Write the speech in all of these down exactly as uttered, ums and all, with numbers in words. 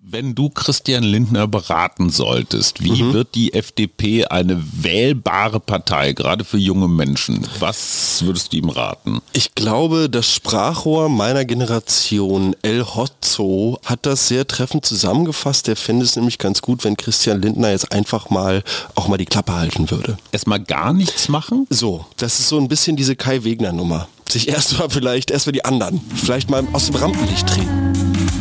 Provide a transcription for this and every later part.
Wenn du Christian Lindner beraten solltest, wie mhm. wird die F D P eine wählbare Partei, gerade für junge Menschen? Was würdest du ihm raten? Ich glaube, das Sprachrohr meiner Generation, El Hotzo, hat das sehr treffend zusammengefasst. Der fände es nämlich ganz gut, wenn Christian Lindner jetzt einfach mal auch mal die Klappe halten würde. Erstmal gar nichts machen? So, das ist so ein bisschen diese Kai-Wegner-Nummer. Sich erstmal vielleicht, erstmal die anderen, vielleicht mal aus dem Rampenlicht treten.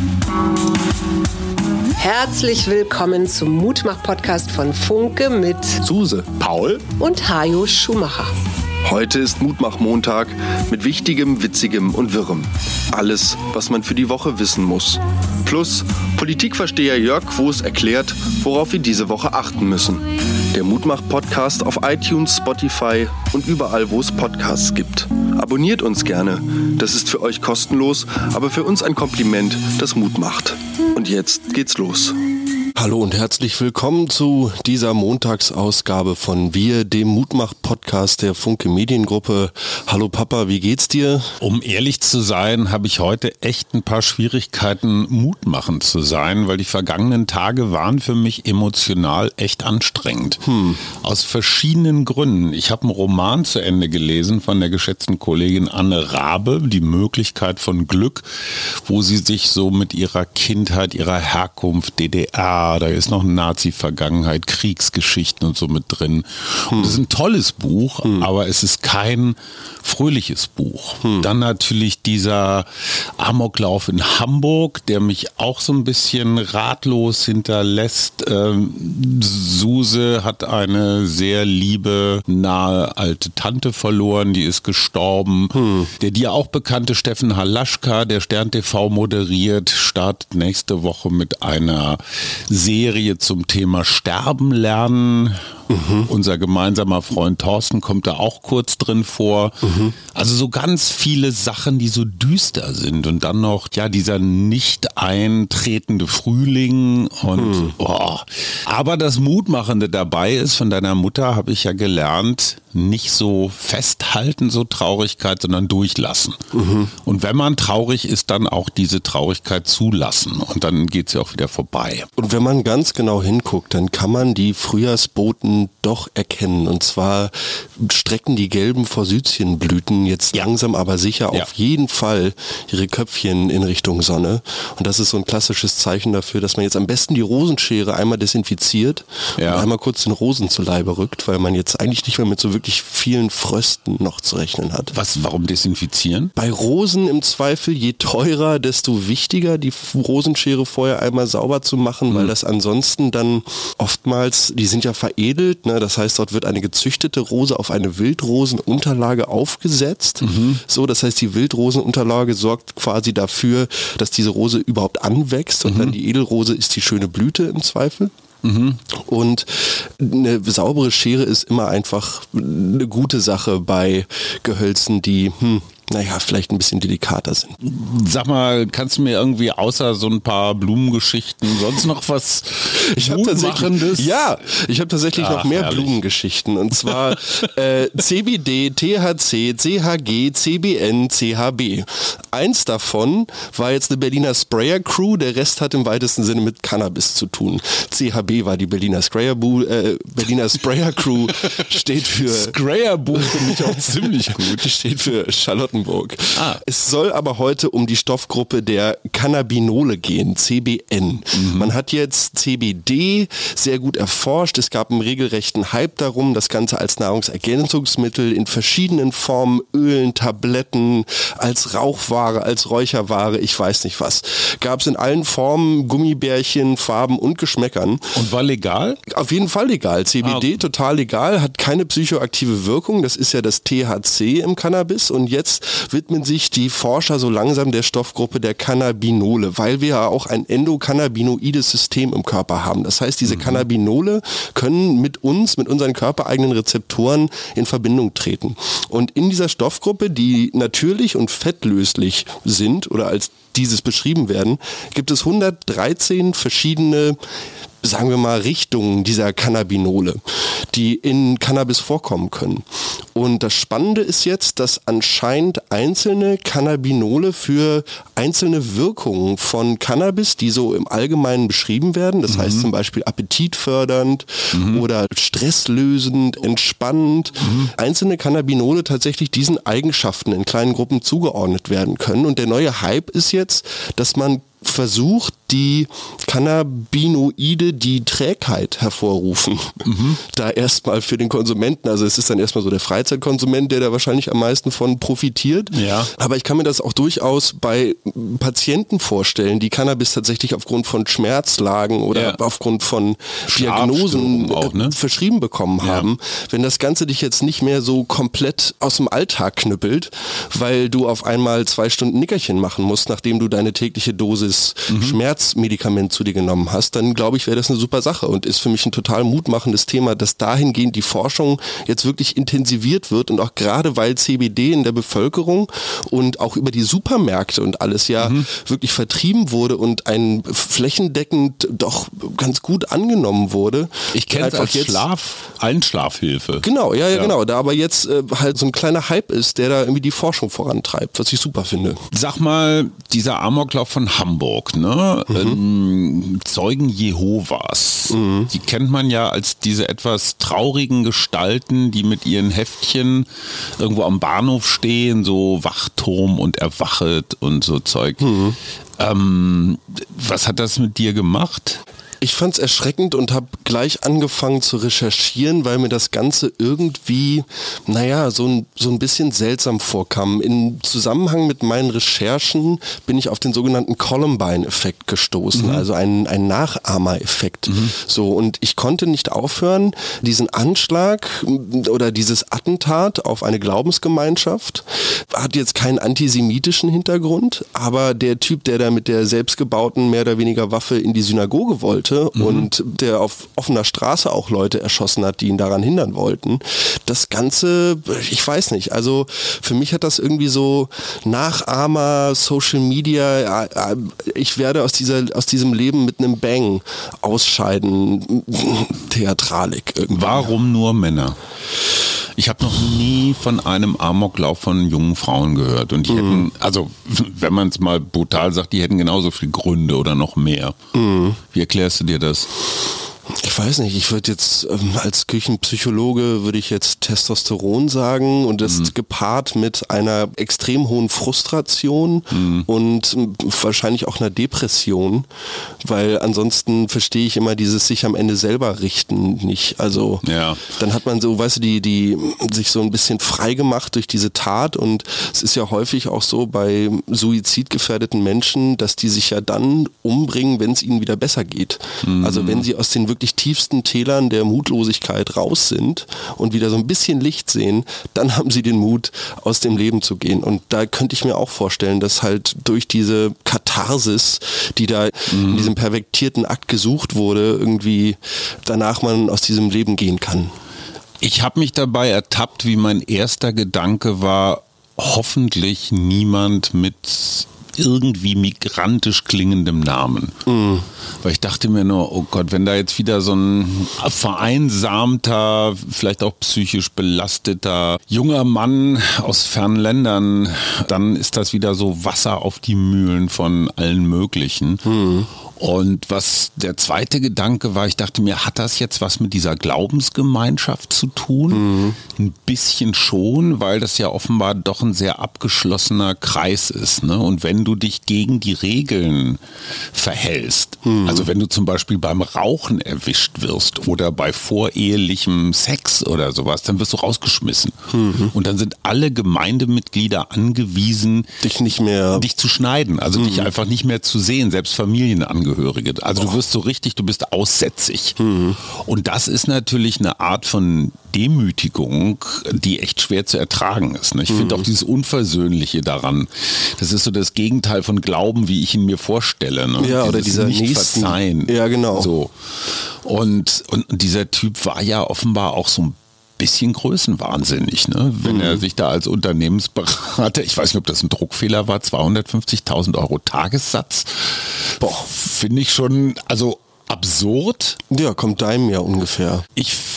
Herzlich willkommen zum Mutmach-Podcast von Funke mit Suse, Paul und Hajo Schumacher. Heute ist Mutmach-Montag mit Wichtigem, Witzigem und Wirrem. Alles, was man für die Woche wissen muss. Plus Politikversteher Jörg Quos erklärt, worauf wir diese Woche achten müssen. Der Mutmach-Podcast auf iTunes, Spotify und überall, wo es Podcasts gibt. Abonniert uns gerne. Das ist für euch kostenlos, aber für uns ein Kompliment, das Mut macht. Und jetzt geht's los. Hallo und herzlich willkommen zu dieser Montagsausgabe von Wir, dem Mutmach-Podcast der Funke Mediengruppe. Hallo Papa, wie geht's dir? Um ehrlich zu sein, habe ich heute echt ein paar Schwierigkeiten, mutmachend zu sein, weil die vergangenen Tage waren für mich emotional echt anstrengend. Hm. Aus verschiedenen Gründen. Ich habe einen Roman zu Ende gelesen von der geschätzten Kollegin Anne Rabe, Die Möglichkeit von Glück, wo sie sich so mit ihrer Kindheit, ihrer Herkunft, D D R, da ist noch eine Nazi-Vergangenheit, Kriegsgeschichten und so mit drin. Hm. Und das ist ein tolles Buch, hm. aber es ist kein fröhliches Buch. Hm. Dann natürlich dieser Amoklauf in Hamburg, der mich auch so ein bisschen ratlos hinterlässt. Ähm, Suse hat eine sehr liebe, nahe alte Tante verloren, die ist gestorben. Hm. Der dir auch bekannte Steffen Halaschka, der Stern T V moderiert, startet nächste Woche mit einer Serie zum Thema Sterben lernen. Mhm. Unser gemeinsamer Freund Thorsten kommt da auch kurz drin vor. Mhm. Also so ganz viele Sachen, die so düster sind. Und dann noch, ja, dieser nicht eintretende Frühling. Und, mhm. oh. Aber das Mutmachende dabei ist, von deiner Mutter habe ich ja gelernt, nicht so festhalten, so Traurigkeit, sondern durchlassen. Mhm. Und wenn man traurig ist, dann auch diese Traurigkeit zulassen. Und dann geht sie auch wieder vorbei. Und wenn man ganz genau hinguckt, dann kann man die Frühjahrsboten doch erkennen. Und zwar strecken die gelben Forsythienblüten jetzt ja. langsam aber sicher ja. auf jeden Fall ihre Köpfchen in Richtung Sonne. Und das ist so ein klassisches Zeichen dafür, dass man jetzt am besten die Rosenschere einmal desinfiziert ja. und einmal kurz den Rosen zu Leibe rückt, weil man jetzt eigentlich nicht mehr mit so wirklich vielen Frösten noch zu rechnen hat. Was, warum desinfizieren? Bei Rosen im Zweifel, je teurer, desto wichtiger, die Rosenschere vorher einmal sauber zu machen, mhm. weil das ansonsten dann oftmals, die sind ja veredelt, ne? Das heißt, dort wird eine gezüchtete Rose auf eine Wildrosenunterlage aufgesetzt. Mhm. So, das heißt, die Wildrosenunterlage sorgt quasi dafür, dass diese Rose überhaupt anwächst und mhm. dann die Edelrose ist die schöne Blüte im Zweifel. Mhm. Und eine saubere Schere ist immer einfach eine gute Sache bei Gehölzen, die, hm, naja, vielleicht ein bisschen delikater sind. Sag mal, kannst du mir irgendwie außer so ein paar Blumengeschichten sonst noch was ich hab tatsächlich, Ja, ich habe tatsächlich Ach, noch mehr herrlich. Blumengeschichten. Und zwar äh, C B D, T H C, C H G, C B N, C H B. Eins davon war jetzt eine Berliner Sprayer Crew, der Rest hat im weitesten Sinne mit Cannabis zu tun. C H B war die Berliner Sprayer, Bu- äh, Berliner Sprayer Crew, steht für... Sprayer Bu finde ich auch ziemlich gut. Steht für Charlotten. Ah. Es soll aber heute um die Stoffgruppe der Cannabinole gehen, C B N. Mhm. Man hat jetzt C B D sehr gut erforscht. Es gab einen regelrechten Hype darum, das Ganze als Nahrungsergänzungsmittel in verschiedenen Formen, Ölen, Tabletten, als Rauchware, als Räucherware, ich weiß nicht was. Gab es in allen Formen, Gummibärchen, Farben und Geschmäckern. Und war legal? Auf jeden Fall legal. C B D ah. total legal, hat keine psychoaktive Wirkung. Das ist ja das T H C im Cannabis. Und jetzt widmen sich die Forscher so langsam der Stoffgruppe der Cannabinole, weil wir ja auch ein endokannabinoides System im Körper haben. Das heißt, diese mhm. Cannabinole können mit uns, mit unseren körpereigenen Rezeptoren in Verbindung treten. Und in dieser Stoffgruppe, die natürlich und fettlöslich sind oder als dieses beschrieben werden, gibt es hundertdreizehn verschiedene, sagen wir mal, Richtungen dieser Cannabinole, die in Cannabis vorkommen können. Und das Spannende ist jetzt, dass anscheinend einzelne Cannabinole für einzelne Wirkungen von Cannabis, die so im Allgemeinen beschrieben werden, das mhm. heißt zum Beispiel appetitfördernd mhm. oder stresslösend, entspannend, mhm. einzelne Cannabinole tatsächlich diesen Eigenschaften in kleinen Gruppen zugeordnet werden können. Und der neue Hype ist jetzt, dass man versucht, die Cannabinoide, die Trägheit hervorrufen, mhm. da erstmal für den Konsumenten, also es ist dann erstmal so der Freizeitkonsument, der da wahrscheinlich am meisten von profitiert, ja. aber ich kann mir das auch durchaus bei Patienten vorstellen, die Cannabis tatsächlich aufgrund von Schmerzlagen oder ja. aufgrund von Diagnosen auch, ne? verschrieben bekommen haben, ja. wenn das Ganze dich jetzt nicht mehr so komplett aus dem Alltag knüppelt, weil du auf einmal zwei Stunden Nickerchen machen musst, nachdem du deine tägliche Dosis Mhm. Schmerzmedikament zu dir genommen hast, dann glaube ich, wäre das eine super Sache und ist für mich ein total mutmachendes Thema, dass dahingehend die Forschung jetzt wirklich intensiviert wird und auch gerade weil C B D in der Bevölkerung und auch über die Supermärkte und alles ja mhm. wirklich vertrieben wurde und ein flächendeckend doch ganz gut angenommen wurde. Ich kenne es als jetzt, Schlaf, Einschlafhilfe. Genau, ja, ja, ja, genau. Da aber jetzt äh, halt so ein kleiner Hype ist, der da irgendwie die Forschung vorantreibt, was ich super finde. Sag mal, dieser Amoklauf von Hamburg, ne? Mhm. Ähm, Zeugen Jehovas. Mhm. Die kennt man ja als diese etwas traurigen Gestalten, die mit ihren Heftchen irgendwo am Bahnhof stehen, so Wachturm und Erwachet und so Zeug. Mhm. Ähm, was hat das mit dir gemacht? Ich fand es erschreckend und habe gleich angefangen zu recherchieren, weil mir das Ganze irgendwie, naja, so ein, so ein bisschen seltsam vorkam. Im Zusammenhang mit meinen Recherchen bin ich auf den sogenannten Columbine-Effekt gestoßen, mhm. also ein, ein Nachahmer-Effekt. Mhm. So, und ich konnte nicht aufhören, diesen Anschlag oder dieses Attentat auf eine Glaubensgemeinschaft, hat jetzt keinen antisemitischen Hintergrund, aber der Typ, der da mit der selbstgebauten, mehr oder weniger Waffe in die Synagoge wollte, Mhm. und der auf offener Straße auch Leute erschossen hat, die ihn daran hindern wollten. Das Ganze, ich weiß nicht, also für mich hat das irgendwie so Nachahmer, Social Media, ich werde aus dieser, aus diesem Leben mit einem Bang ausscheiden, Theatralik irgendwie. Warum nur Männer? Ich habe noch nie von einem Amoklauf von jungen Frauen gehört. Und die mhm. hätten, also wenn man es mal brutal sagt, die hätten genauso viele Gründe oder noch mehr. Mhm. Wie erklärst du dir das? Ich weiß nicht, ich würde jetzt ähm, als Küchenpsychologe würde ich jetzt Testosteron sagen und das mhm. gepaart mit einer extrem hohen Frustration mhm. und ähm, wahrscheinlich auch einer Depression, weil ansonsten verstehe ich immer dieses sich am Ende selber richten nicht. Also ja. dann hat man so, weißt du, die, die sich so ein bisschen frei gemacht durch diese Tat und es ist ja häufig auch so bei suizidgefährdeten Menschen, dass die sich ja dann umbringen, wenn es ihnen wieder besser geht. Mhm. Also wenn sie aus den wirklich tiefsten Tälern der Mutlosigkeit raus sind und wieder so ein bisschen Licht sehen, dann haben sie den Mut, aus dem Leben zu gehen. Und da könnte ich mir auch vorstellen, dass halt durch diese Katharsis, die da mhm. in diesem pervertierten Akt gesucht wurde, irgendwie danach man aus diesem Leben gehen kann. Ich habe mich dabei ertappt, wie mein erster Gedanke war, hoffentlich niemand mit irgendwie migrantisch klingendem Namen. Mm. Weil ich dachte mir nur, oh Gott, wenn da jetzt wieder so ein vereinsamter, vielleicht auch psychisch belasteter junger Mann aus fernen Ländern, dann ist das wieder so Wasser auf die Mühlen von allen möglichen. Mm. Und was der zweite Gedanke war, ich dachte mir, hat das jetzt was mit dieser Glaubensgemeinschaft zu tun? Mhm. Ein bisschen schon, weil das ja offenbar doch ein sehr abgeschlossener Kreis ist. Ne? Und wenn du dich gegen die Regeln verhältst, mhm. also wenn du zum Beispiel beim Rauchen erwischt wirst oder bei vorehelichem Sex oder sowas, dann wirst du rausgeschmissen. Mhm. Und dann sind alle Gemeindemitglieder angewiesen, dich nicht mehr, dich zu schneiden, also mhm. dich einfach nicht mehr zu sehen, selbst Familienangehörige. Also du wirst so richtig, du bist aussätzig. Mhm. Und das ist natürlich eine Art von Demütigung, die echt schwer zu ertragen ist. Ne? Ich mhm. finde auch dieses Unversöhnliche daran, das ist so das Gegenteil von Glauben, wie ich ihn mir vorstelle. Ne? Ja, oder dieser nicht nächsten, verzeihen. Ja, genau. So. Und, und dieser Typ war ja offenbar auch so ein bisschen größenwahnsinnig, ne? Wenn mhm. er sich da als Unternehmensberater, ich weiß nicht, ob das ein Druckfehler war, zweihundertfünfzigtausend Euro Tagessatz, boah, finde ich schon, also absurd. Ja, kommt deinem ja ungefähr. Ich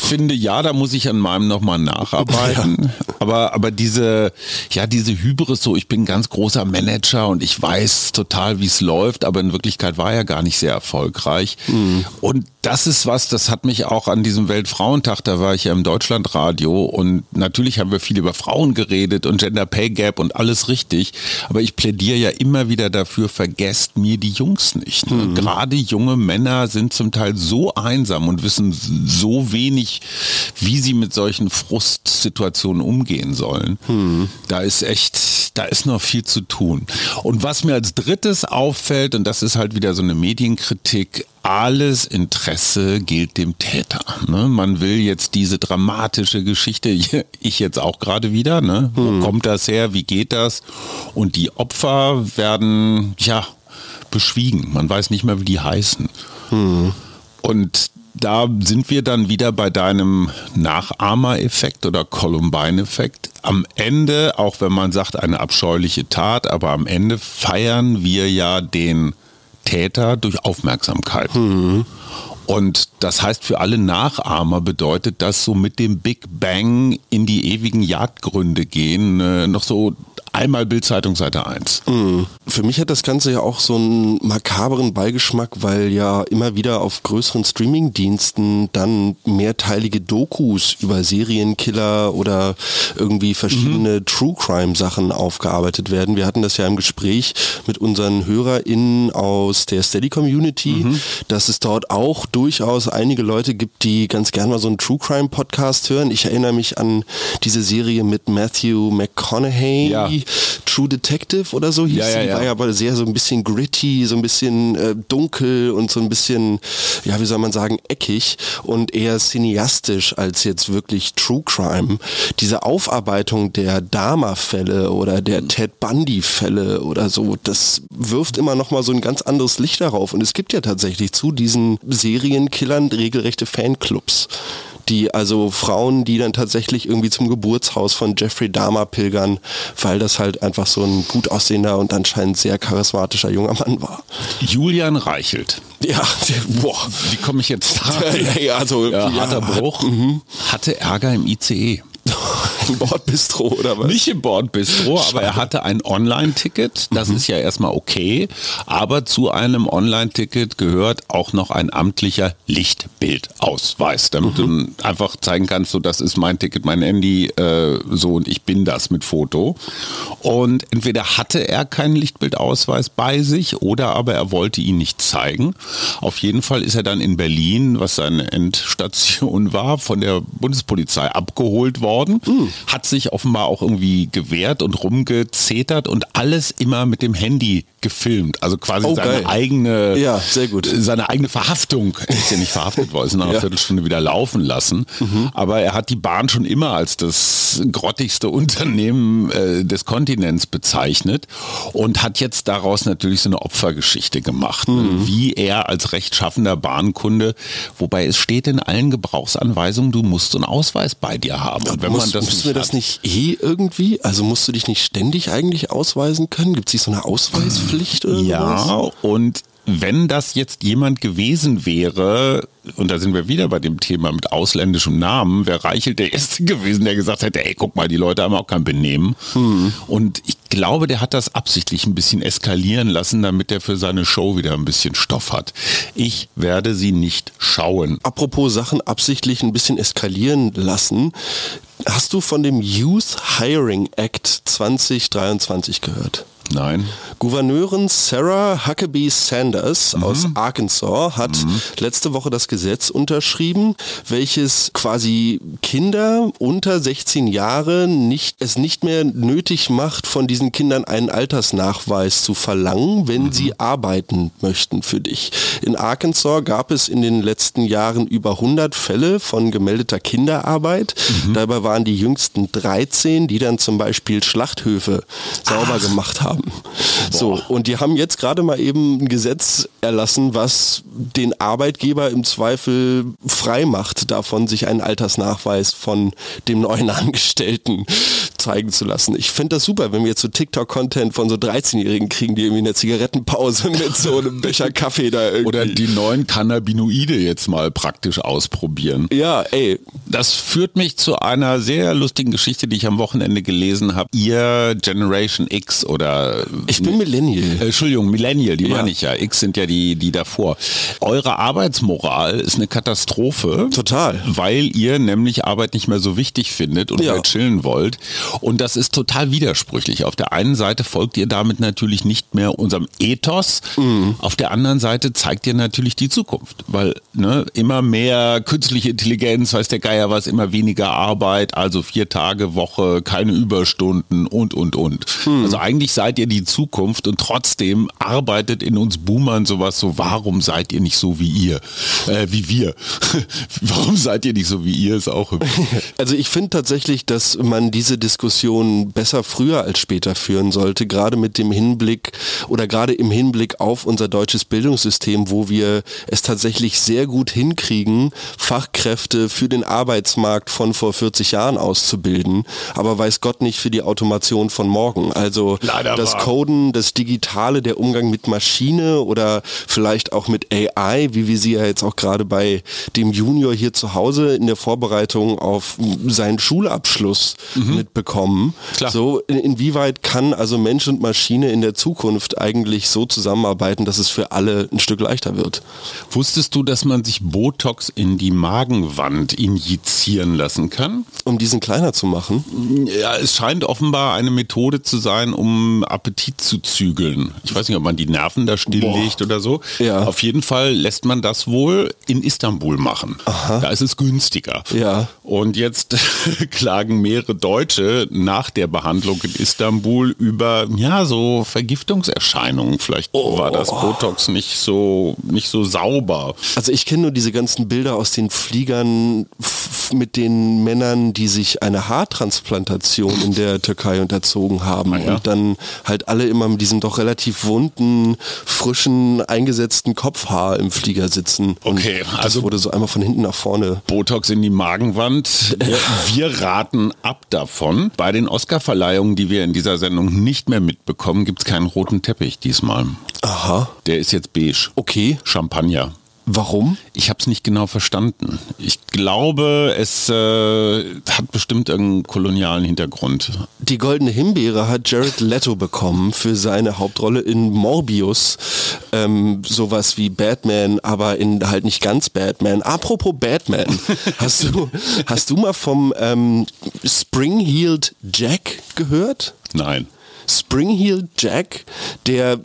finde, ja, da muss ich an meinem nochmal nacharbeiten. Ja. Aber, aber diese, ja, diese Hybris, so ich bin ein ganz großer Manager und ich weiß total, wie es läuft, aber in Wirklichkeit war er gar nicht sehr erfolgreich. Mhm. Und das ist was, das hat mich auch an diesem Weltfrauentag, da war ich ja im Deutschlandradio und natürlich haben wir viel über Frauen geredet und Gender Pay Gap und alles richtig, aber ich plädiere ja immer wieder dafür, vergesst mir die Jungs nicht. Ne? Mhm. Gerade junge Männer sind zum Teil so einsam und wissen so wenig, wie sie mit solchen Frustsituationen umgehen sollen. Mhm. Da ist echt, da ist noch viel zu tun. Und was mir als drittes auffällt, und das ist halt wieder so eine Medienkritik, alles Interesse gilt dem Täter. Ne? Man will jetzt diese dramatische Geschichte, ich jetzt auch gerade wieder, ne? Hm. Wo kommt das her, wie geht das? Und die Opfer werden, ja, beschwiegen. Man weiß nicht mehr, wie die heißen. Hm. Und da sind wir dann wieder bei deinem Nachahmereffekt oder Columbine-Effekt. Am Ende, auch wenn man sagt, eine abscheuliche Tat, aber am Ende feiern wir ja den Täter durch Aufmerksamkeit. Mhm. Und das heißt, für alle Nachahmer bedeutet das so mit dem Big Bang in die ewigen Jagdgründe gehen, äh, noch so einmal Bild-Zeitung Seite eins. Mhm. Für mich hat das Ganze ja auch so einen makaberen Beigeschmack, weil ja immer wieder auf größeren Streaming-Diensten dann mehrteilige Dokus über Serienkiller oder irgendwie verschiedene mhm. True-Crime-Sachen aufgearbeitet werden. Wir hatten das ja im Gespräch mit unseren HörerInnen aus der Steady-Community, mhm. dass es dort auch durchaus einige Leute gibt, die ganz gerne mal so einen True-Crime-Podcast hören. Ich erinnere mich an diese Serie mit Matthew McConaughey, ja. True Detective oder so hieß ja, ja, ja. Die war ja aber sehr so ein bisschen gritty, so ein bisschen äh, dunkel und so ein bisschen, ja wie soll man sagen, eckig und eher cineastisch als jetzt wirklich True Crime. Diese Aufarbeitung der Dahmer-Fälle oder der Ted Bundy-Fälle oder so, das wirft immer noch mal so ein ganz anderes Licht darauf und es gibt ja tatsächlich zu diesen Serienkillern regelrechte Fanclubs. Die, also Frauen, die dann tatsächlich irgendwie zum Geburtshaus von Jeffrey Dahmer pilgern, weil das halt einfach so ein gut aussehender und anscheinend sehr charismatischer junger Mann war. Julian Reichelt. Ja, boah. Wie komme ich jetzt da? ja, ja, also, ja, harter ja, Bruch. Mhm. Hatte Ärger im I C E. Im Bordbistro oder was? Nicht im Bordbistro, aber er hatte ein Online-Ticket. Das mhm. ist ja erstmal okay. Aber zu einem Online-Ticket gehört auch noch ein amtlicher Lichtbildausweis, damit mhm. du einfach zeigen kannst, so das ist mein Ticket, mein Handy, äh, so und ich bin das mit Foto. Und entweder hatte er keinen Lichtbildausweis bei sich oder aber er wollte ihn nicht zeigen. Auf jeden Fall ist er dann in Berlin, was seine Endstation war, von der Bundespolizei abgeholt worden. Mhm. Hat sich offenbar auch irgendwie gewehrt und rumgezetert und alles immer mit dem Handy gefilmt. Also quasi oh, seine geil. eigene ja, sehr gut. seine eigene Verhaftung. Er ist ja nicht verhaftet worden, ist nach einer ja. Viertelstunde wieder laufen lassen. Mhm. Aber er hat die Bahn schon immer als das grottigste Unternehmen äh, des Kontinents bezeichnet und hat jetzt daraus natürlich so eine Opfergeschichte gemacht. Mhm. Wie er als rechtschaffender Bahnkunde, wobei es steht in allen Gebrauchsanweisungen, du musst so einen Ausweis bei dir haben. Und wenn Muss, man das müssen wir das hat, nicht eh irgendwie? Also musst du dich nicht ständig eigentlich ausweisen können? Gibt es nicht so eine Ausweispflicht oder ja, sowas? Ja, und wenn das jetzt jemand gewesen wäre, und da sind wir wieder bei dem Thema mit ausländischem Namen, wäre Reichelt der Erste gewesen, der gesagt hätte, ey, guck mal, die Leute haben auch kein Benehmen. Hm. Und ich glaube, der hat das absichtlich ein bisschen eskalieren lassen, damit er für seine Show wieder ein bisschen Stoff hat. Ich werde sie nicht schauen. Apropos Sachen absichtlich ein bisschen eskalieren lassen, hast du von dem Youth Hiring Act zwanzig dreiundzwanzig gehört? Nein. Gouverneurin Sarah Huckabee Sanders mhm. aus Arkansas hat mhm. letzte Woche das Gesetz unterschrieben, welches quasi Kinder unter sechzehn Jahre nicht, es nicht mehr nötig macht, von diesen Kindern einen Altersnachweis zu verlangen, wenn mhm. sie arbeiten möchten für dich. In Arkansas gab es in den letzten Jahren über hundert Fälle von gemeldeter Kinderarbeit. Mhm. Dabei waren die jüngsten dreizehn, die dann zum Beispiel Schlachthöfe sauber Ach. gemacht haben. haben. So, und die haben jetzt gerade mal eben ein Gesetz erlassen, was den Arbeitgeber im Zweifel frei macht, davon sich einen Altersnachweis von dem neuen Angestellten zeigen zu lassen. Ich finde das super, wenn wir jetzt so TikTok-Content von so dreizehnjährigen kriegen, die irgendwie in der Zigarettenpause mit so einem Becher Kaffee da irgendwie... Oder die neuen Cannabinoide jetzt mal praktisch ausprobieren. Ja, ey. Das führt mich zu einer sehr lustigen Geschichte, die ich am Wochenende gelesen habe. Ihr Generation X oder... Ich bin Millennial. Äh, Entschuldigung, Millennial, die Ja. meine ich ja. X sind ja die, die davor. Eure Arbeitsmoral ist eine Katastrophe. Total. Weil ihr nämlich Arbeit nicht mehr so wichtig findet und Ja. mehr chillen wollt. Und das ist total widersprüchlich. Auf der einen Seite folgt ihr damit natürlich nicht mehr unserem Ethos. Mhm. Auf der anderen Seite zeigt ihr natürlich die Zukunft. Weil ne, immer mehr künstliche Intelligenz, weiß der Geier was, immer weniger Arbeit, also vier Tage Woche, keine Überstunden und, und, und. Mhm. Also eigentlich seid ihr die Zukunft und trotzdem arbeitet in uns Boomern sowas so, warum seid ihr nicht so wie ihr? Äh, wie wir. Warum seid ihr nicht so wie ihr? Ist auch hübsch. Also ich finde tatsächlich, dass man diese Diskussion besser früher als später führen sollte, gerade mit dem Hinblick oder gerade im Hinblick auf unser deutsches Bildungssystem, wo wir es tatsächlich sehr gut hinkriegen, Fachkräfte für den Arbeitsmarkt von vor vierzig Jahren auszubilden, aber weiß Gott nicht für die Automation von morgen. Also Leider das wahr. Coden, das Digitale, der Umgang mit Maschine oder vielleicht auch mit A I, wie wir sie ja jetzt auch gerade bei dem Junior hier zu Hause in der Vorbereitung auf seinen Schulabschluss mhm. mitbekommen. Klar. So, in, inwieweit kann also Mensch und Maschine in der Zukunft eigentlich so zusammenarbeiten, dass es für alle ein Stück leichter wird? Wusstest du, dass man sich Botox in die Magenwand injizieren lassen kann? Um diesen kleiner zu machen? Ja, es scheint offenbar eine Methode zu sein, um Appetit zu zügeln. Ich weiß nicht, ob man die Nerven da stilllegt oder so. Ja. Auf jeden Fall lässt man das wohl in Istanbul machen. Aha. Da ist es günstiger. Ja. Und jetzt klagen mehrere Deutsche nach der Behandlung in Istanbul über, ja, so Vergiftungserscheinungen. Vielleicht Oh. war das Botox nicht so, nicht so sauber. Also ich kenne nur diese ganzen Bilder aus den Fliegern f- mit den Männern, die sich eine Haartransplantation in der Türkei unterzogen haben Ah, ja. und dann halt alle immer mit diesem doch relativ wunden, frischen, eingesetzten Kopfhaar im Flieger sitzen. Und Okay, das also- wurde so einmal von hinten nach vorne. Botox in die Magenwand. Wir, wir raten ab davon. Bei den Oscarverleihungen, die wir in dieser Sendung nicht mehr mitbekommen, gibt es keinen roten Teppich diesmal. Aha, Der ist jetzt beige. okay. Champagner. Warum? Ich habe es nicht genau verstanden. Ich glaube, es äh, hat bestimmt irgendeinen kolonialen Hintergrund. Die Goldene Himbeere hat Jared Leto bekommen für seine Hauptrolle in Morbius. Ähm, sowas wie Batman, aber in halt nicht ganz Batman. Apropos Batman, hast du, hast du mal vom ähm, Spring-Heeled Jack gehört? Nein. Spring-Heeled Jack, der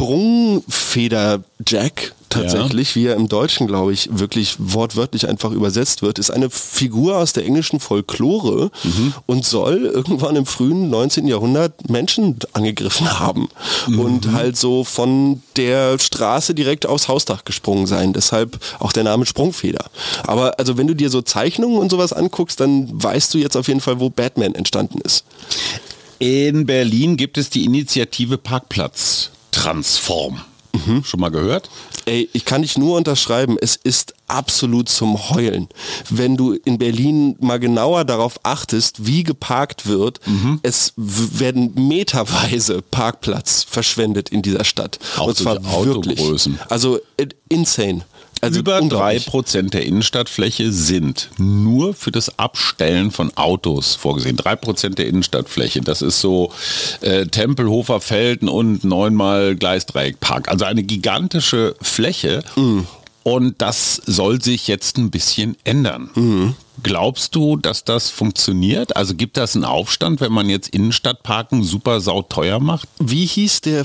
Sprungfeder-Jack tatsächlich, ja. Wie er im Deutschen, glaube ich, wirklich wortwörtlich einfach übersetzt wird, ist eine Figur aus der englischen Folklore mhm. und soll irgendwann im frühen neunzehnten Jahrhundert Menschen angegriffen haben mhm. und halt so von der Straße direkt aufs Hausdach gesprungen sein. Deshalb auch der Name Sprungfeder. Aber also wenn du dir so Zeichnungen und sowas anguckst, dann weißt du jetzt auf jeden Fall, wo Batman entstanden ist. In Berlin gibt es die Initiative Parkplatz Transform. Mhm. Schon mal gehört? Ey, ich kann dich nur unterschreiben, es ist absolut zum Heulen. Wenn du in Berlin mal genauer darauf achtest, wie geparkt wird, mhm. es w- werden meterweise Parkplatz verschwendet in dieser Stadt. Auch und zwar durch wirklich. Autogrößen. Also äh, insane. Also Über drei unglaublich. Prozent der Innenstadtfläche sind nur für das Abstellen von Autos vorgesehen. Drei Prozent der Innenstadtfläche, das ist so äh, Tempelhofer Felden und neunmal Gleisdreieckpark. Also eine gigantische Fläche. Mm. Und das soll sich jetzt ein bisschen ändern. Mm. Glaubst du, dass das funktioniert? Also gibt das einen Aufstand, wenn man jetzt Innenstadtparken super sauteuer macht? Wie hieß der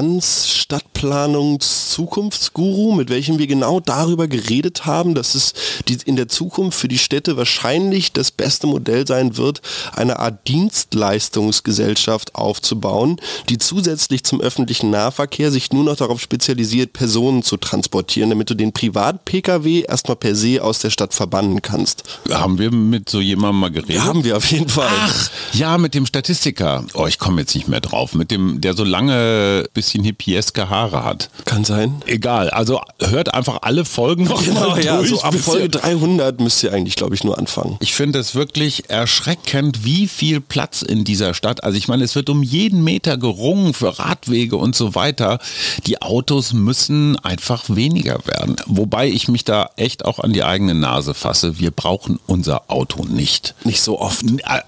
Finanzstadtplanungs-Zukunftsguru, mit welchem wir genau darüber geredet haben, dass es die, in der Zukunft für die Städte wahrscheinlich das beste Modell sein wird, eine Art Dienstleistungsgesellschaft aufzubauen, die zusätzlich zum öffentlichen Nahverkehr sich nur noch darauf spezialisiert, Personen zu transportieren, damit du den Privat-P K W erstmal per se aus der Stadt verbannen kannst. Haben wir mit so jemandem mal geredet? Ja, haben wir auf jeden Fall. Ach, ja, mit dem Statistiker. Oh, ich komme jetzt nicht mehr drauf. Mit dem, der so lange, bisschen hippieske Haare hat. Kann sein. Egal, also hört einfach alle Folgen noch genau, mal ja, durch. So ab Folge dreihundert müsst ihr eigentlich, glaube ich, nur anfangen. Ich finde es wirklich erschreckend, wie viel Platz in dieser Stadt. Also ich meine, es wird um jeden Meter gerungen für Radwege und so weiter. Die Autos müssen einfach weniger werden. Wobei ich mich da echt auch an die eigene Nase fasse. Wir brauchen unser Auto nicht. Nicht so oft.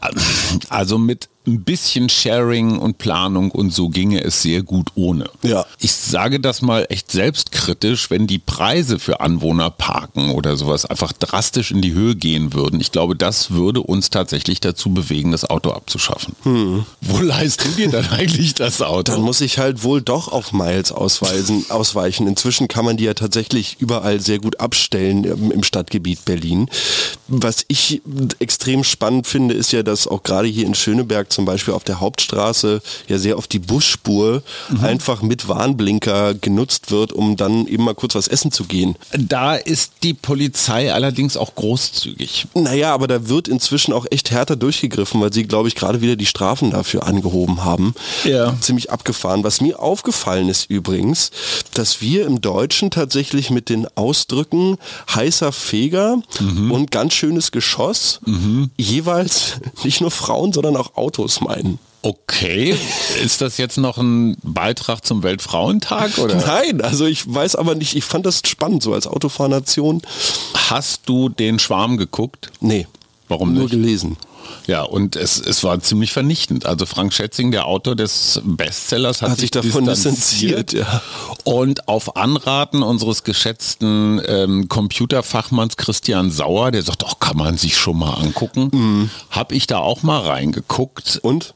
Also mit ein bisschen Sharing und Planung und so ginge es sehr gut ohne. Ja. Ich sage das mal echt selbstkritisch, wenn die Preise für Anwohnerparken oder sowas einfach drastisch in die Höhe gehen würden. Ich glaube, das würde uns tatsächlich dazu bewegen, das Auto abzuschaffen. Hm. Wo leihst du dir dann eigentlich das Auto? Dann muss ich halt wohl doch auf Miles ausweisen, ausweichen. Inzwischen kann man die ja tatsächlich überall sehr gut abstellen im, im Stadtgebiet Berlin. Was ich extrem spannend finde, ist ja, dass auch gerade hier in Schöneberg zum Beispiel auf der Hauptstraße ja sehr oft die Busspur mhm. einfach mit Warnblinker genutzt wird, um dann eben mal kurz was essen zu gehen. Da ist die Polizei allerdings auch großzügig. Naja, aber da wird inzwischen auch echt härter durchgegriffen, weil sie, glaube ich, gerade wieder die Strafen dafür angehoben haben. Ja. Ziemlich abgefahren. Was mir aufgefallen ist übrigens, dass wir im Deutschen tatsächlich mit den Ausdrücken heißer Feger mhm. und ganz schönes Geschoss mhm. jeweils nicht nur Frauen, sondern auch Autos meinen. Okay, ist das jetzt noch ein Beitrag zum Weltfrauentag, oder? Nein, also ich weiß aber nicht, ich fand das spannend, so als Autofahrnation. Hast du den Schwarm geguckt? Nee. Warum nur nicht? Nur gelesen. Ja, und es, es war ziemlich vernichtend. Also Frank Schätzing, der Autor des Bestsellers, hat, hat sich davon distanziert. Ja. Und auf Anraten unseres geschätzten ähm, Computerfachmanns Christian Sauer, der sagt, ach, kann man sich schon mal angucken, mhm. habe ich da auch mal reingeguckt. Und?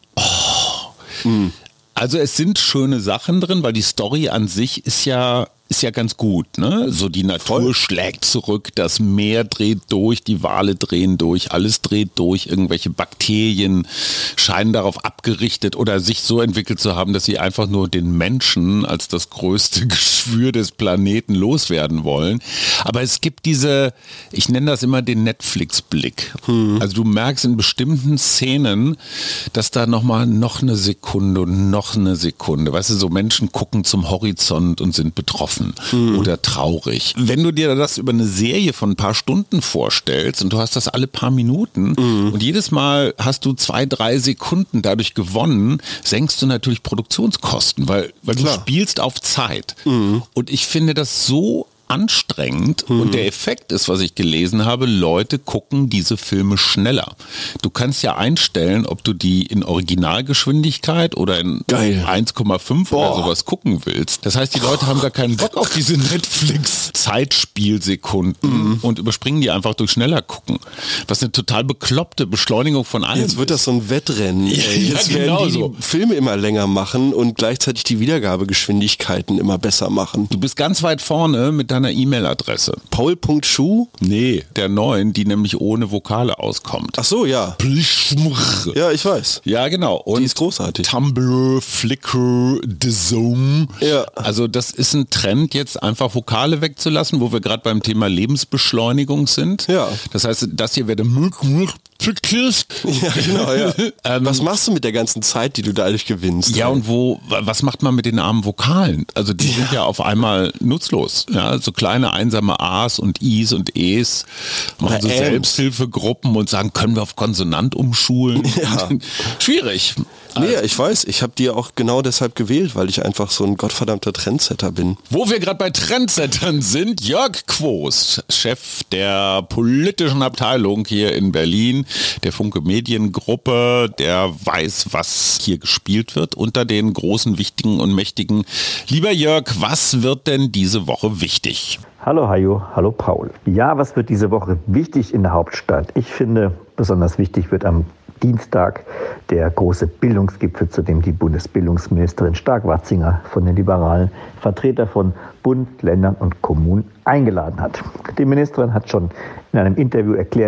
Oh. Mhm. Also es sind schöne Sachen drin, weil die Story an sich ist ja ist ja ganz gut, ne? So die Natur Voll. schlägt zurück, das Meer dreht durch, die Wale drehen durch, alles dreht durch, irgendwelche Bakterien scheinen darauf abgerichtet oder sich so entwickelt zu haben, dass sie einfach nur den Menschen als das größte Geschwür des Planeten loswerden wollen. Aber es gibt diese, ich nenne das immer den Netflix-Blick. Hm. Also du merkst in bestimmten Szenen, dass da nochmal noch eine Sekunde und noch eine Sekunde, weißt du, so Menschen gucken zum Horizont und sind betroffen. Mhm. Oder traurig. Wenn du dir das über eine Serie von ein paar Stunden vorstellst und du hast das alle paar Minuten mhm. und jedes Mal hast du zwei, drei Sekunden dadurch gewonnen, senkst du natürlich Produktionskosten, weil, weil du spielst auf Zeit. Mhm. Und ich finde das so anstrengend mhm. und der Effekt ist, was ich gelesen habe, Leute gucken diese Filme schneller. Du kannst ja einstellen, ob du die in Originalgeschwindigkeit oder in Geil. eins Komma fünf Boah. oder sowas gucken willst. Das heißt, die Leute haben gar keinen Bock auf diese Netflix-Zeitspielsekunden mhm. und überspringen die einfach durch schneller gucken. Was eine total bekloppte Beschleunigung von allem Jetzt wird das so ein Wettrennen. Ja, ey. Jetzt ja, genau werden die, so. die Filme immer länger machen und gleichzeitig die Wiedergabegeschwindigkeiten immer besser machen. Du bist ganz weit vorne mit deiner E-Mail-Adresse. Paul Punkt Schuh? Nee, der neuen, die nämlich ohne Vokale auskommt. Ach so, ja. Ja, ich weiß. Ja, genau. Und die ist großartig. Tumblr, Flickr, The Zone. Ja. Also das ist ein Trend, jetzt einfach Vokale wegzulassen, wo wir gerade beim Thema Lebensbeschleunigung sind. Ja. Das heißt, das hier wäre der Ja, genau, ja. ähm, was machst du mit der ganzen Zeit, die du dadurch gewinnst? Ja, und wo, was macht man mit den armen Vokalen? Also die ja. sind ja auf einmal nutzlos. Ja, so kleine einsame A's und I's und E's machen so Selbsthilfegruppen und sagen, können wir auf Konsonant umschulen? Ja. Schwierig. Nee, ich weiß, ich habe die auch genau deshalb gewählt, weil ich einfach so ein gottverdammter Trendsetter bin. Wo wir gerade bei Trendsettern sind, Jörg Quos, Chef der politischen Abteilung hier in Berlin, der Funke Mediengruppe, der weiß, was hier gespielt wird unter den großen, wichtigen und mächtigen. Lieber Jörg, was wird denn diese Woche wichtig? Hallo Hajo, hallo Paul. Ja, was wird diese Woche wichtig in der Hauptstadt? Ich finde, besonders wichtig wird am Dienstag der große Bildungsgipfel, zu dem die Bundesbildungsministerin Stark-Watzinger von den Liberalen Vertreter von Bund, Ländern und Kommunen eingeladen hat. Die Ministerin hat schon in einem Interview erklärt,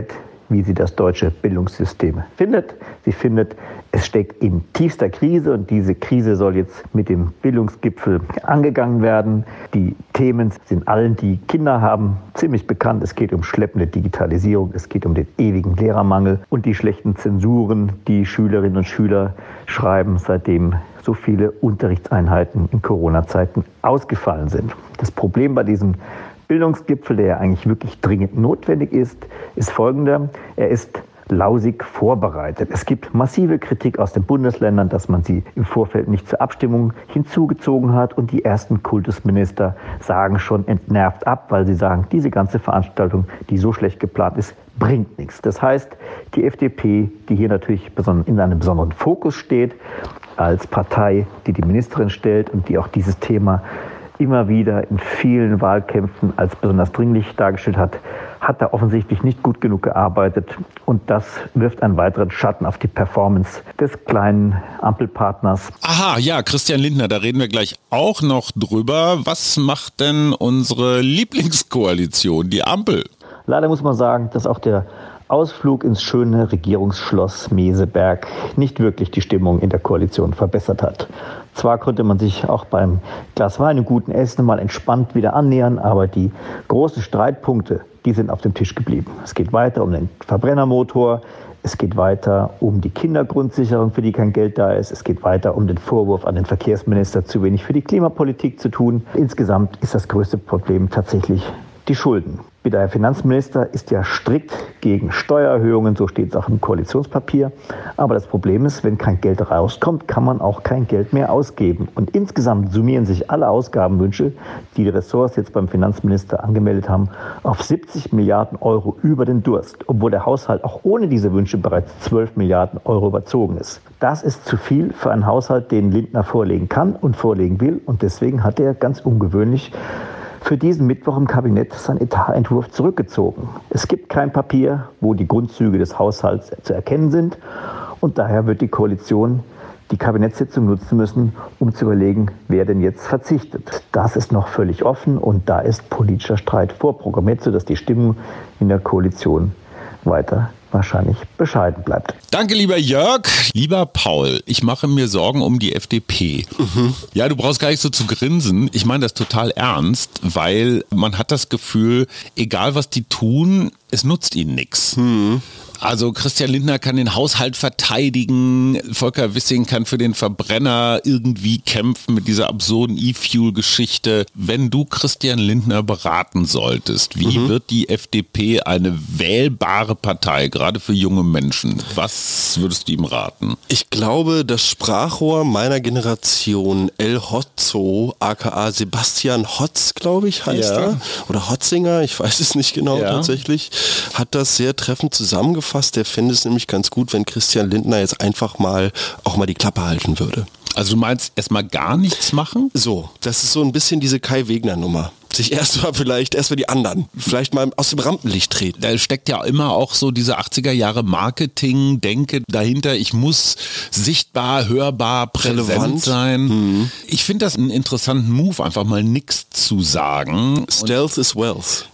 wie sie das deutsche Bildungssystem findet. Sie findet, es steckt in tiefster Krise und diese Krise soll jetzt mit dem Bildungsgipfel angegangen werden. Die Themen sind allen, die Kinder haben, ziemlich bekannt. Es geht um schleppende Digitalisierung, es geht um den ewigen Lehrermangel und die schlechten Zensuren, die Schülerinnen und Schüler schreiben, seitdem so viele Unterrichtseinheiten in Corona-Zeiten ausgefallen sind. Das Problem bei diesem Bildungsgipfel, der ja eigentlich wirklich dringend notwendig ist, ist folgender. Er ist lausig vorbereitet. Es gibt massive Kritik aus den Bundesländern, dass man sie im Vorfeld nicht zur Abstimmung hinzugezogen hat. Und die ersten Kultusminister sagen schon entnervt ab, weil sie sagen, diese ganze Veranstaltung, die so schlecht geplant ist, bringt nichts. Das heißt, die F D P, die hier natürlich in einem besonderen Fokus steht, als Partei, die die Ministerin stellt und die auch dieses Thema immer wieder in vielen Wahlkämpfen als besonders dringlich dargestellt hat, hat da offensichtlich nicht gut genug gearbeitet. Und das wirft einen weiteren Schatten auf die Performance des kleinen Ampelpartners. Aha, ja, Christian Lindner, da reden wir gleich auch noch drüber. Was macht denn unsere Lieblingskoalition, die Ampel? Leider muss man sagen, dass auch der Ausflug ins schöne Regierungsschloss Meseberg nicht wirklich die Stimmung in der Koalition verbessert hat. Zwar konnte man sich auch beim Glas Wein und guten Essen mal entspannt wieder annähern, aber die großen Streitpunkte, die sind auf dem Tisch geblieben. Es geht weiter um den Verbrennermotor, es geht weiter um die Kindergrundsicherung, für die kein Geld da ist, es geht weiter um den Vorwurf an den Verkehrsminister, zu wenig für die Klimapolitik zu tun. Insgesamt ist das größte Problem tatsächlich die Schulden. Der Finanzminister ist ja strikt gegen Steuererhöhungen, so steht es auch im Koalitionspapier. Aber das Problem ist, wenn kein Geld rauskommt, kann man auch kein Geld mehr ausgeben. Und insgesamt summieren sich alle Ausgabenwünsche, die die Ressorts jetzt beim Finanzminister angemeldet haben, auf siebzig Milliarden Euro über den Durst, obwohl der Haushalt auch ohne diese Wünsche bereits zwölf Milliarden Euro überzogen ist. Das ist zu viel für einen Haushalt, den Lindner vorlegen kann und vorlegen will. Und deswegen hat er ganz ungewöhnlich für diesen Mittwoch im Kabinett seinen Etatentwurf zurückgezogen. Es gibt kein Papier, wo die Grundzüge des Haushalts zu erkennen sind. Und daher wird die Koalition die Kabinettssitzung nutzen müssen, um zu überlegen, wer denn jetzt verzichtet. Das ist noch völlig offen und da ist politischer Streit vorprogrammiert, sodass die Stimmung in der Koalition weiter wahrscheinlich bescheiden bleibt. Danke, lieber Jörg. Lieber Paul, ich mache mir Sorgen um die F D P. Mhm. Ja, du brauchst gar nicht so zu grinsen. Ich meine das total ernst, weil man hat das Gefühl, egal was die tun, es nutzt ihnen nichts. Mhm. Also Christian Lindner kann den Haushalt verteidigen, Volker Wissing kann für den Verbrenner irgendwie kämpfen mit dieser absurden E-Fuel-Geschichte. Wenn du Christian Lindner beraten solltest, wie mhm. wird die F D P eine wählbare Partei, gerade für junge Menschen? Was würdest du ihm raten? Ich glaube, das Sprachrohr meiner Generation, El Hotzo, aka Sebastian Hotz, glaube ich, heißt ja. er. Oder Hotzinger, ich weiß es nicht genau ja. tatsächlich, hat das sehr treffend zusammengefasst. Der fände es nämlich ganz gut, wenn Christian Lindner jetzt einfach mal auch mal die Klappe halten würde. Also du meinst erstmal gar nichts machen? So, das ist so ein bisschen diese Kai-Wegner-Nummer. Sich erstmal vielleicht, erstmal die anderen, vielleicht mal aus dem Rampenlicht treten. Da steckt ja immer auch so diese achtziger Jahre Marketing-Denke dahinter. Ich muss sichtbar, hörbar, präsent Relevant. sein. Mhm. Ich finde das einen interessanten Move, einfach mal nichts zu sagen. Stealth is wealth.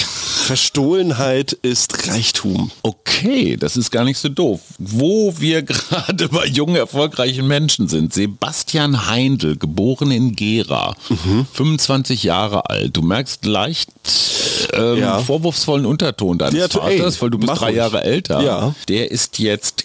Verstohlenheit ist Reichtum. Okay, das ist gar nicht so doof. Wo wir gerade bei jungen, erfolgreichen Menschen sind. Sebastian Heindl, geboren in Gera, mhm. fünfundzwanzig Jahre alt. Du merkst leicht ähm, ja. vorwurfsvollen Unterton deines ja, Vaters, ey, weil du bist drei Jahre älter. Ja. Der ist jetzt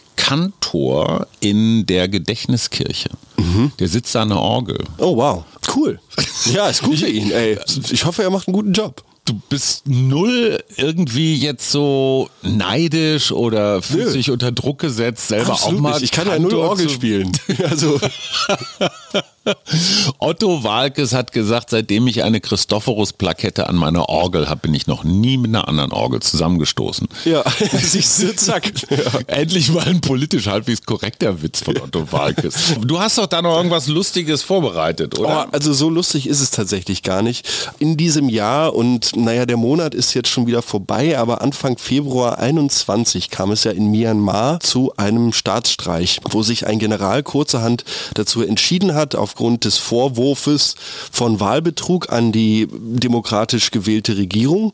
Kantor in der Gedächtniskirche. Mhm. Der sitzt da an der Orgel. Oh wow, cool. Ja, ist gut für ihn. Ey. Ich hoffe, er macht einen guten Job. Du bist null irgendwie jetzt so neidisch oder fühlst dich unter Druck gesetzt, selber Absolut auch mal. Nicht. Ich kann ja null Orgel spielen. Also. Otto Waalkes hat gesagt, seitdem ich eine Christophorus-Plakette an meiner Orgel habe, bin ich noch nie mit einer anderen Orgel zusammengestoßen. Ja, siehst du, zack. Ja. Endlich mal ein politisch halbwegs korrekter Witz von Otto Waalkes. Du hast doch da noch irgendwas Lustiges vorbereitet, oder? Oh, also so lustig ist es tatsächlich gar nicht. In diesem Jahr und naja, der Monat ist jetzt schon wieder vorbei, aber Anfang Februar einundzwanzig kam es ja in Myanmar zu einem Staatsstreich, wo sich ein General kurzerhand dazu entschieden hat, hat, aufgrund des Vorwurfs von Wahlbetrug an die demokratisch gewählte Regierung,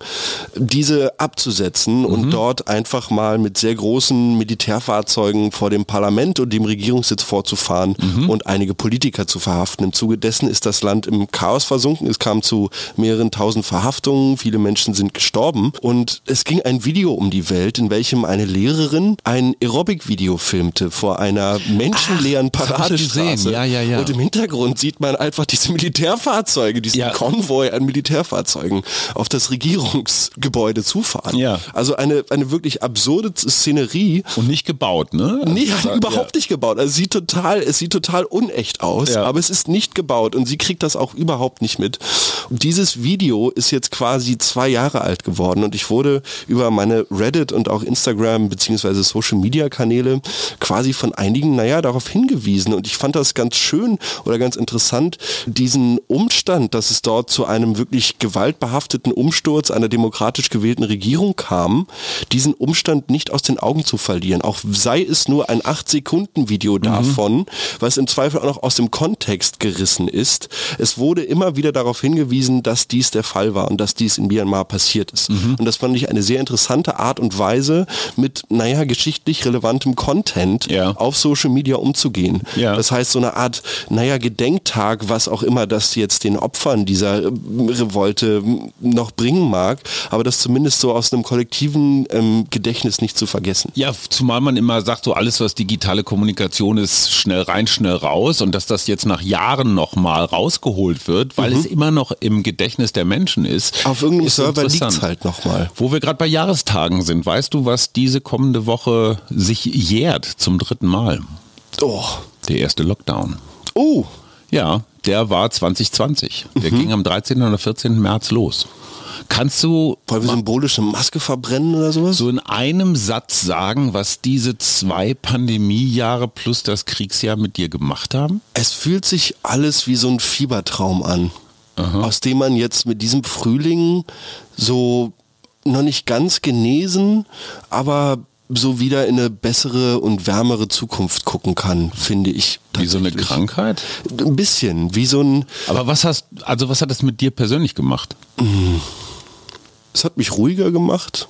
diese abzusetzen mhm. und dort einfach mal mit sehr großen Militärfahrzeugen vor dem Parlament und dem Regierungssitz vorzufahren mhm. und einige Politiker zu verhaften. Im Zuge dessen ist das Land im Chaos versunken. Es kam zu mehreren tausend Verhaftungen, viele Menschen sind gestorben und es ging ein Video um die Welt, in welchem eine Lehrerin ein Aerobic-Video filmte vor einer menschenleeren Ach, Paradestraße. Ja, ja, ja. Und im Hintergrund sieht man einfach diese Militärfahrzeuge, diesen ja. Konvoi an Militärfahrzeugen auf das Regierungsgebäude zufahren. Ja. Also eine, eine wirklich absurde Szenerie. Und nicht gebaut, ne? Nee, ja, überhaupt ja. nicht gebaut. Also es sieht total, es sieht total unecht aus, ja. aber es ist nicht gebaut und sie kriegt das auch überhaupt nicht mit. Und dieses Video ist jetzt quasi zwei Jahre alt geworden und ich wurde über meine Reddit und auch Instagram beziehungsweise Social Media Kanäle quasi von einigen, naja, darauf hingewiesen und ich fand das ganz schön oder ganz interessant, diesen Umstand, dass es dort zu einem wirklich gewaltbehafteten Umsturz einer demokratisch gewählten Regierung kam, diesen Umstand nicht aus den Augen zu verlieren. Auch sei es nur ein acht Sekunden Video davon, mhm. was im Zweifel auch noch aus dem Kontext gerissen ist. Es wurde immer wieder darauf hingewiesen, dass dies der Fall war und dass dies in Myanmar passiert ist. Mhm. Und das fand ich eine sehr interessante Art und Weise, mit, naja, geschichtlich relevantem Content ja. auf Social Media umzugehen. Ja. Das heißt, so eine Art, naja, Gedenktag, was auch immer das jetzt den Opfern dieser Revolte noch bringen mag, aber das zumindest so aus einem kollektiven ähm, Gedächtnis nicht zu vergessen. Ja, zumal man immer sagt, so alles, was digitale Kommunikation ist, schnell rein, schnell raus und dass das jetzt nach Jahren nochmal rausgeholt wird, weil mhm. es immer noch im Gedächtnis der Menschen ist. Auf irgendeinem Server liegt es halt nochmal. Wo wir gerade bei Jahrestagen sind, weißt du, was diese kommende Woche sich jährt zum dritten Mal? Oh. Der erste Lockdown. Oh. Ja, der war zwanzig zwanzig. Der mhm. ging am dreizehnten oder vierzehnten März los. Kannst du Wollen wir symbolisch eine Maske verbrennen oder sowas? So in einem Satz sagen, was diese zwei Pandemiejahre plus das Kriegsjahr mit dir gemacht haben? Es fühlt sich alles wie so ein Fiebertraum an, Aha. aus dem man jetzt mit diesem Frühling so noch nicht ganz genesen, aber so wieder in eine bessere und wärmere Zukunft gucken kann, finde ich. Wie so eine Krankheit? Ein bisschen, wie so ein... Aber was hast, also was hat das mit dir persönlich gemacht? Es hat mich ruhiger gemacht.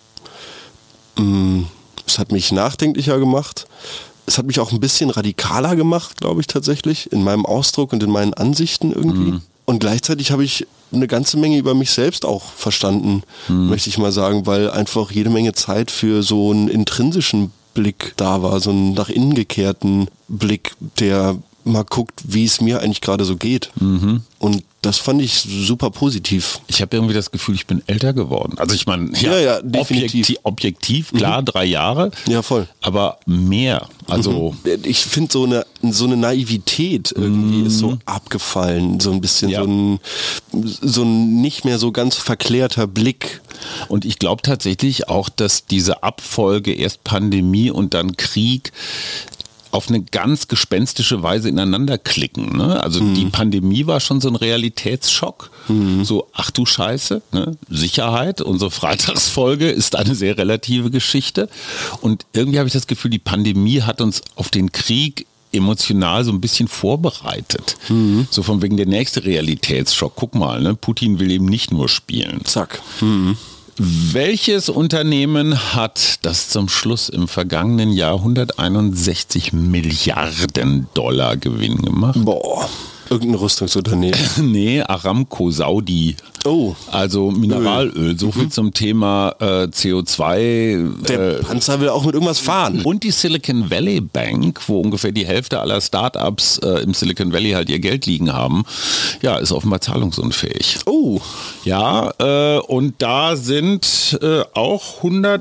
Es hat mich nachdenklicher gemacht. Es hat mich auch ein bisschen radikaler gemacht, glaube ich tatsächlich, in meinem Ausdruck und in meinen Ansichten irgendwie. Mhm. Und gleichzeitig habe ich eine ganze Menge über mich selbst auch verstanden, mhm. möchte ich mal sagen, weil einfach jede Menge Zeit für so einen intrinsischen Blick da war, so einen nach innen gekehrten Blick, der mal guckt, wie es mir eigentlich gerade so geht. Mhm. Und das fand ich super positiv. Ich habe irgendwie das Gefühl, ich bin älter geworden. Also ich meine, ja, ja, ja, definitiv. Objektiv, objektiv klar, mhm. drei Jahre. Ja, voll. Aber mehr. Also mhm. ich finde so eine, so eine Naivität irgendwie mhm. ist so abgefallen. So ein bisschen ja. so, ein, so ein nicht mehr so ganz verklärter Blick. Und ich glaube tatsächlich auch, dass diese Abfolge, erst Pandemie und dann Krieg, auf eine ganz gespenstische Weise ineinander klicken. Ne? Also mhm. die Pandemie war schon so ein Realitätsschock. Mhm. So, ach du Scheiße, ne? Sicherheit, unsere Freitagsfolge ist eine sehr relative Geschichte. Und irgendwie habe ich das Gefühl, die Pandemie hat uns auf den Krieg emotional so ein bisschen vorbereitet. Mhm. So von wegen der nächste Realitätsschock. Guck mal, ne? Putin will eben nicht nur spielen. Zack. Mhm. Welches Unternehmen hat das zum Schluss im vergangenen Jahr hunderteinundsechzig Milliarden Dollar Gewinn gemacht? Boah, irgendein Rüstungsunternehmen. Nee, Aramco Saudi. Oh. Also Mineralöl. So viel mhm. zum Thema äh, C O zwei. Der äh, Panzer will auch mit irgendwas fahren. Und die Silicon Valley Bank, wo ungefähr die Hälfte aller Startups äh, im Silicon Valley halt ihr Geld liegen haben, ja, ist offenbar zahlungsunfähig. Oh. Ja, äh, und da sind äh, auch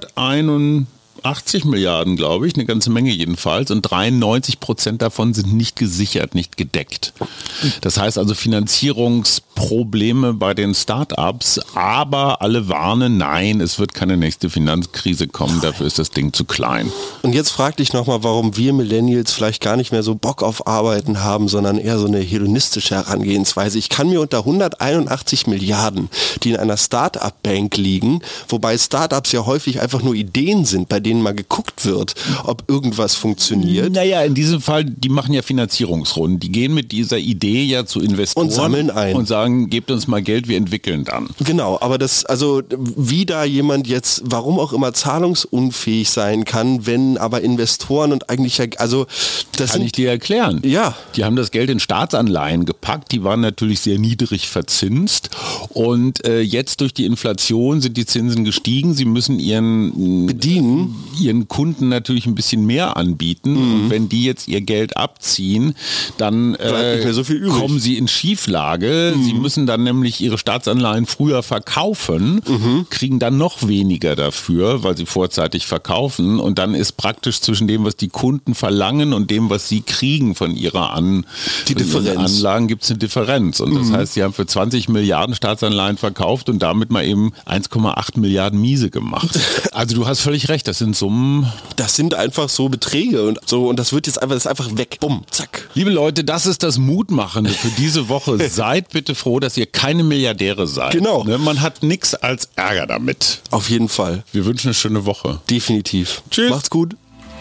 hunderteinundachtzig Milliarden, glaube ich, eine ganze Menge jedenfalls, und dreiundneunzig Prozent davon sind nicht gesichert, nicht gedeckt. Das heißt also Finanzierungsprobleme bei den Startups, aber alle warnen, nein, es wird keine nächste Finanzkrise kommen, dafür ist das Ding zu klein. Und jetzt frag dich nochmal, warum wir Millennials vielleicht gar nicht mehr so Bock auf Arbeiten haben, sondern eher so eine hedonistische Herangehensweise. Ich kann mir unter hunderteinundachtzig Milliarden, die in einer Start-up-Bank liegen, wobei Startups ja häufig einfach nur Ideen sind, bei denen denen mal geguckt wird, ob irgendwas funktioniert. Naja, in diesem Fall, die machen ja Finanzierungsrunden. Die gehen mit dieser Idee ja zu Investoren und sammeln ein und sagen, gebt uns mal Geld, wir entwickeln dann. Genau, aber das, also wie da jemand jetzt, warum auch immer zahlungsunfähig sein kann, wenn aber Investoren und eigentlich ja, also das kann sind, ich dir erklären. Ja. Die haben das Geld in Staatsanleihen gepackt, die waren natürlich sehr niedrig verzinst und äh, jetzt durch die Inflation sind die Zinsen gestiegen. Sie müssen ihren bedienen, ihren Kunden natürlich ein bisschen mehr anbieten mhm. und wenn die jetzt ihr Geld abziehen, dann äh, so viel kommen sie in Schieflage. Mhm. Sie müssen dann nämlich ihre Staatsanleihen früher verkaufen, mhm. kriegen dann noch weniger dafür, weil sie vorzeitig verkaufen und dann ist praktisch zwischen dem, was die Kunden verlangen und dem, was sie kriegen von ihrer An die von ihren Anlagen, gibt es eine Differenz. Und das mhm. heißt, sie haben für zwanzig Milliarden Staatsanleihen verkauft und damit mal eben eins Komma acht Milliarden miese gemacht. Also du hast völlig recht, das sind Summen. Das sind einfach so Beträge und so und das wird jetzt einfach, das ist einfach weg. Bumm, zack. Liebe Leute, das ist das Mutmachende für diese Woche. Seid bitte froh, dass ihr keine Milliardäre seid. Genau. Ne, man hat nichts als Ärger damit. Auf jeden Fall. Wir wünschen eine schöne Woche. Definitiv. Tschüss. Macht's gut.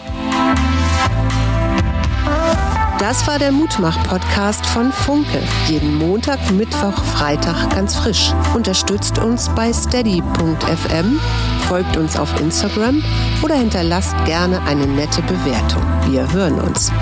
Das war der Mutmach-Podcast von Funke. Jeden Montag, Mittwoch, Freitag ganz frisch. Unterstützt uns bei steady punkt f m, folgt uns auf Instagram oder hinterlasst gerne eine nette Bewertung. Wir hören uns.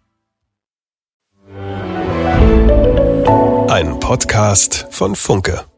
Ein Podcast von Funke.